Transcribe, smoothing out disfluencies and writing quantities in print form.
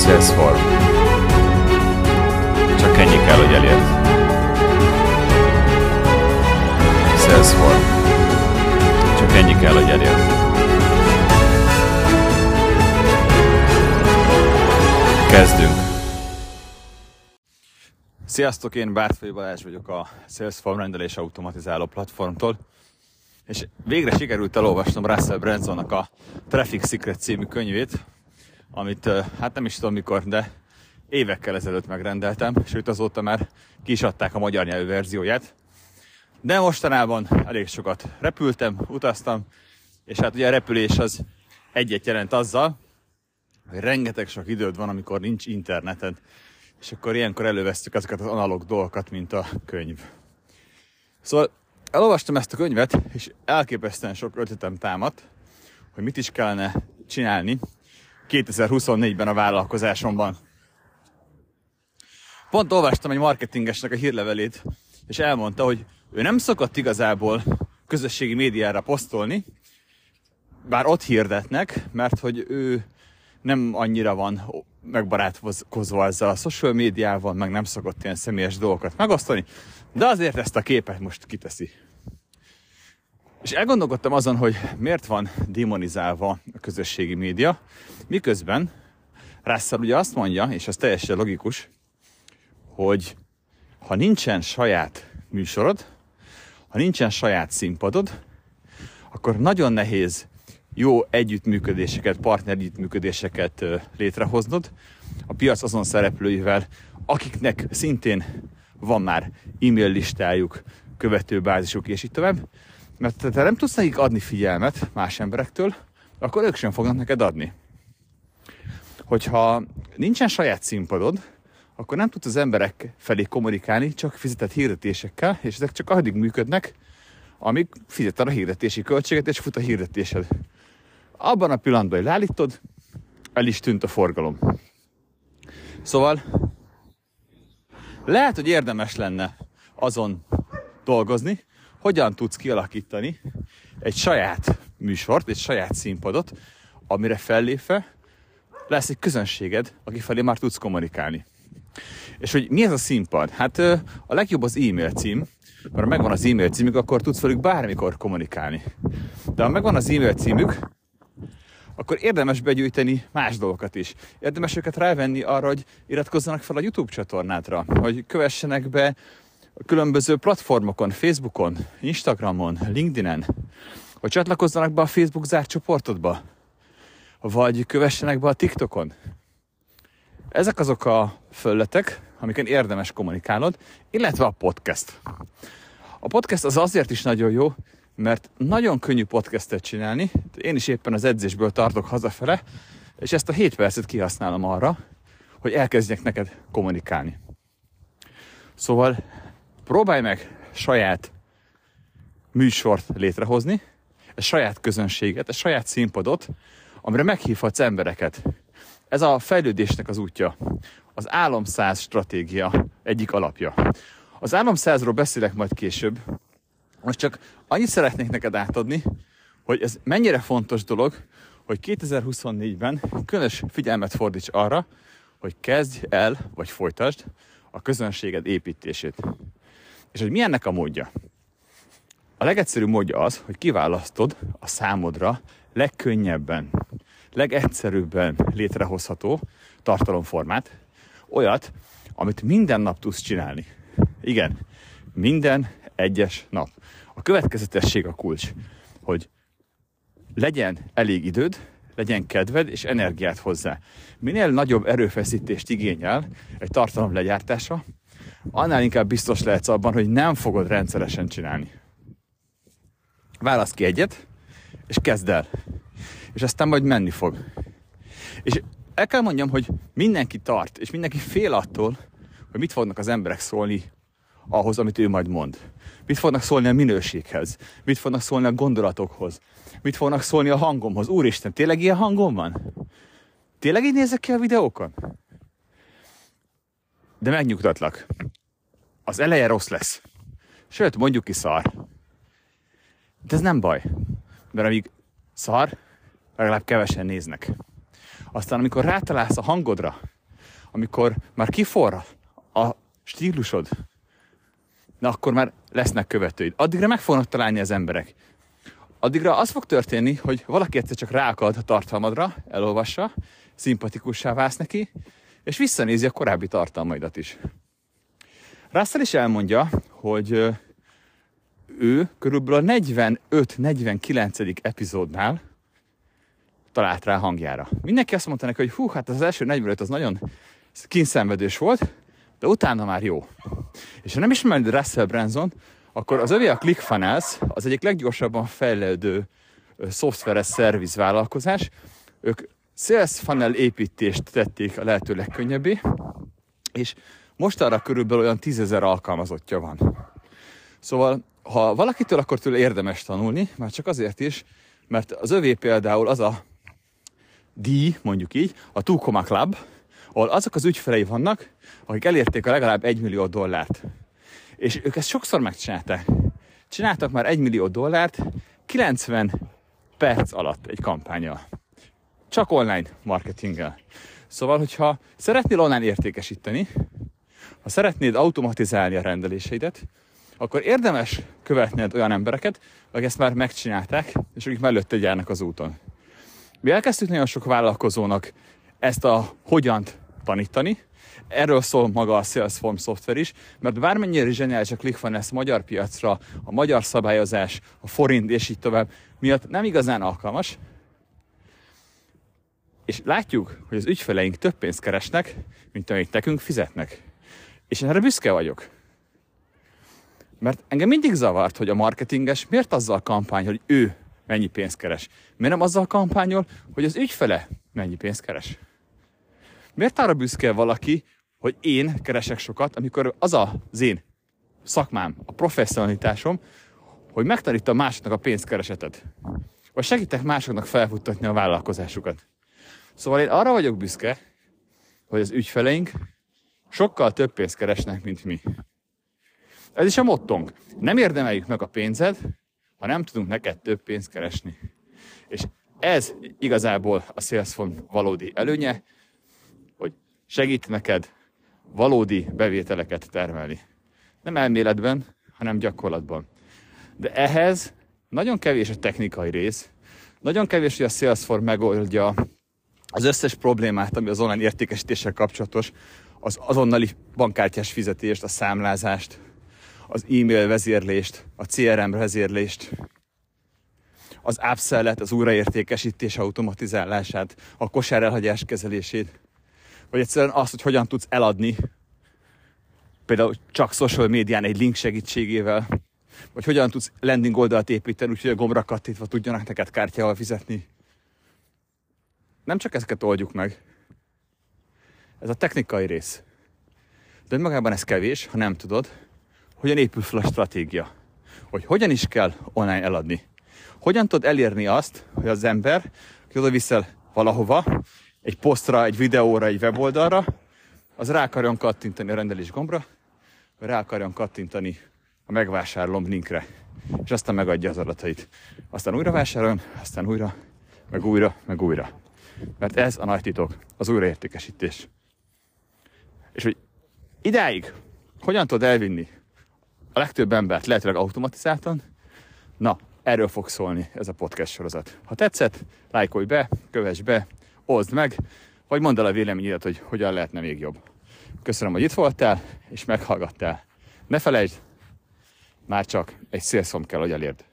Salesforce. Csak ennyi kell, hogy elérd. Salesforce. Csak ennyi kell, hogy elérd. Kezdünk. Sziasztok, én Bártfai Balázs vagyok a Salesforce rendelés automatizáló platformtól, és végre sikerült elolvasnom Russell Bransonnak a Traffic Secret című könyvét, amit hát nem is tudom mikor, de évekkel ezelőtt megrendeltem, sőt azóta már ki is adták a magyar nyelvű verzióját. De mostanában elég sokat repültem, utaztam, és hát ugye a repülés az egyet jelent azzal, hogy rengeteg sok időd van, amikor nincs interneted, és akkor ilyenkor elővesztük ezeket az analóg dolgokat, mint a könyv. Szóval elolvastam ezt a könyvet, és elképesztően sok ötletem támadt, hogy mit is kellene csinálni 2024-ben a vállalkozásomban. Pont olvastam egy marketingesnek a hírlevelét, és elmondta, hogy ő nem szokott igazából közösségi médiára posztolni, bár ott hirdetnek, mert hogy ő nem annyira van megbarátkozva ezzel a social médiával, meg nem szokott ilyen személyes dolgokat megosztani, de azért ezt a képet most kiteszi. És elgondolkodtam azon, hogy miért van demonizálva a közösségi média, miközben Russell ugye azt mondja, és ez teljesen logikus, hogy ha nincsen saját műsorod, ha nincsen saját színpadod, akkor nagyon nehéz jó együttműködéseket, partner együttműködéseket létrehoznod a piac azon szereplőivel, akiknek szintén van már e-mail listájuk, követőbázisuk és így tovább. Mert te nem tudsz nekik adni figyelmet más emberektől, akkor ők sem fognak neked adni. Hogyha nincsen saját színpadod, akkor nem tudsz az emberek felé kommunikálni, csak fizetett hirdetésekkel, és ezek csak addig működnek, amíg fizeted a hirdetési költséget, és fut a hirdetésed. Abban a pillanatban, hogy leállítod, el is tűnt a forgalom. Szóval lehet, hogy érdemes lenne azon dolgozni, hogyan tudsz kialakítani egy saját műsort, egy saját színpadot, amire fellépve lesz egy közönséged, aki felé már tudsz kommunikálni. És hogy mi ez a színpad? Hát a legjobb az e-mail cím, mert ha megvan az e-mail címük, akkor tudsz velük bármikor kommunikálni. De ha megvan az e-mail címük, akkor érdemes begyűjteni más dolgokat is. Érdemes őket rávenni arra, hogy iratkozzanak fel a YouTube csatornádra, hogy kövessenek be a különböző platformokon, Facebookon, Instagramon, LinkedInen, hogy csatlakozzanak be a Facebook zárt csoportodba, vagy kövessenek be a TikTokon. Ezek azok a felületek, amiken érdemes kommunikálnod, illetve a podcast. A podcast az azért is nagyon jó, mert nagyon könnyű podcastet csinálni. Én is éppen az edzésből tartok hazafele, és ezt a 7 percet kihasználom arra, hogy elkezdjek neked kommunikálni. Szóval próbálj meg saját műsort létrehozni, egy saját közönséget, egy saját színpadot, amire meghívhatsz embereket. Ez a fejlődésnek az útja. Az Álom 100 stratégia egyik alapja. Az Álom 100-ról beszélek majd később. Most csak annyit szeretnék neked átadni, hogy ez mennyire fontos dolog, hogy 2024-ben különös figyelmet fordíts arra, hogy kezdj el, vagy folytasd a közönséged építését. És hogy mi ennek a módja? A legegyszerűbb módja az, hogy kiválasztod a számodra legkönnyebben, legegyszerűbben létrehozható tartalomformát, olyat, amit minden nap tudsz csinálni. Igen, minden egyes nap. A következetesség a kulcs, hogy legyen elég időd, legyen kedved és energiát hozzá. Minél nagyobb erőfeszítést igényel egy tartalom legyártása, annál inkább biztos lehetsz abban, hogy nem fogod rendszeresen csinálni. Válasz ki egyet, és kezd el. És aztán majd menni fog. És el kell mondjam, hogy mindenki tart, és mindenki fél attól, hogy mit fognak az emberek szólni ahhoz, amit ő majd mond. Mit fognak szólni a minőséghez? Mit fognak szólni a gondolatokhoz? Mit fognak szólni a hangomhoz? Úristen, tényleg ilyen hangom van? Tényleg így nézek ki a videókon? De megnyugtatlak. Az eleje rossz lesz. Sőt, mondjuk ki szar. De ez nem baj. Mert amíg szar, legalább kevesen néznek. Aztán amikor rátalálsz a hangodra, amikor már kiforra a stílusod, na akkor már lesznek követőid. Addigra meg fognak találni az emberek. Addigra az fog történni, hogy valaki egyszer csak ráakad a tartalmadra, elolvassa, szimpatikussá válsz neki, és visszanézi a korábbi tartalmaidat is. Russell is elmondja, hogy ő körülbelül a 45-49. epizódnál talált rá hangjára. Mindenki azt mondta neki, hogy hát az első 45 az nagyon kínszenvedős volt, de utána már jó. És ha nem ismered Russell Branson, akkor az övé a ClickFunnels, az egyik leggyorsabban fejlődő szoftveres szervizvállalkozás. Ők sales funnel építést tették a lehető legkönnyebbé, és mostanra körülbelül olyan 10 000 alkalmazottja van. Szóval, ha valakitől, akkor tőle érdemes tanulni, már csak azért is, mert az övé például az a díj, mondjuk így, a Two Comma Club, ahol azok az ügyfelei vannak, akik elérték a legalább $1 millió. És ők ezt sokszor megcsinálták. Csináltak már $1 millió 90 perc alatt egy kampánnyal. Csak online marketinggel. Szóval, hogyha szeretnél online értékesíteni, ha szeretnéd automatizálni a rendeléseidet, akkor érdemes követned olyan embereket, akik ezt már megcsinálták, és akik mellette járnak az úton. Mi elkezdtük nagyon sok vállalkozónak ezt a hogyant tanítani. Erről szól maga a Salesforce szoftver is, mert bármennyire zseniális a ClickFunnels magyar piacra, a magyar szabályozás, a forint és így tovább miatt nem igazán alkalmas. És látjuk, hogy az ügyfeleink több pénzt keresnek, mint amit nekünk fizetnek. És én erre büszke vagyok. Mert engem mindig zavart, hogy a marketinges miért azzal kampány, hogy ő mennyi pénzt keres. Miért nem azzal kampányol, hogy az ügyfele mennyi pénzt keres. Miért arra büszke valaki, hogy én keresek sokat, amikor az az én szakmám, a professzionalitásom, hogy megtanítom másoknak a pénzkeresetet. Vagy segítek másoknak felfuttatni a vállalkozásukat. Szóval én arra vagyok büszke, hogy az ügyfeleink sokkal több pénzt keresnek, mint mi. Ez is a mottónk. Nem érdemeljük meg a pénzed, ha nem tudunk neked több pénzt keresni. És ez igazából a Salesforce valódi előnye, hogy segít neked valódi bevételeket termelni. Nem elméletben, hanem gyakorlatban. De ehhez nagyon kevés a technikai rész, nagyon kevés, hogy a Salesforce megoldja az összes problémát, ami az online értékesítéssel kapcsolatos, az azonnali bankkártyás fizetést, a számlázást, az e-mail vezérlést, a CRM vezérlést, az upsellet, az újraértékesítés automatizálását, a kosárelhagyás kezelését, vagy egyszerűen azt, hogy hogyan tudsz eladni, például csak social médián egy link segítségével, vagy hogyan tudsz landing oldalt építeni, úgyhogy a gombra kattintva tudjanak neked kártyával fizetni. Nem csak ezeket oldjuk meg. Ez a technikai rész. De önmagában ez kevés, ha nem tudod, hogyan épül fel a stratégia. Hogy hogyan is kell online eladni. Hogyan tudod elérni azt, hogy az ember, aki oda viszel valahova, egy posztra, egy videóra, egy weboldalra, az rá akarjon kattintani a rendelés gombra, vagy rá akarjon kattintani a megvásárlom linkre, és aztán megadja az adatait. Aztán újra vásároljon, aztán újra, meg újra, meg újra. Mert ez a nagy titok, az újraértékesítés. És hogy idáig hogyan tudod elvinni a legtöbb embert lehetőleg automatizáltan? Na, erről fog szólni ez a podcast sorozat. Ha tetszett, lájkolj be, kövess be, oszd meg, vagy mondd el a véleményedet, hogy hogyan lehetne még jobb. Köszönöm, hogy itt voltál, és meghallgattál. Ne felejtsd, már csak egy Salesforce kell, hogy elérd.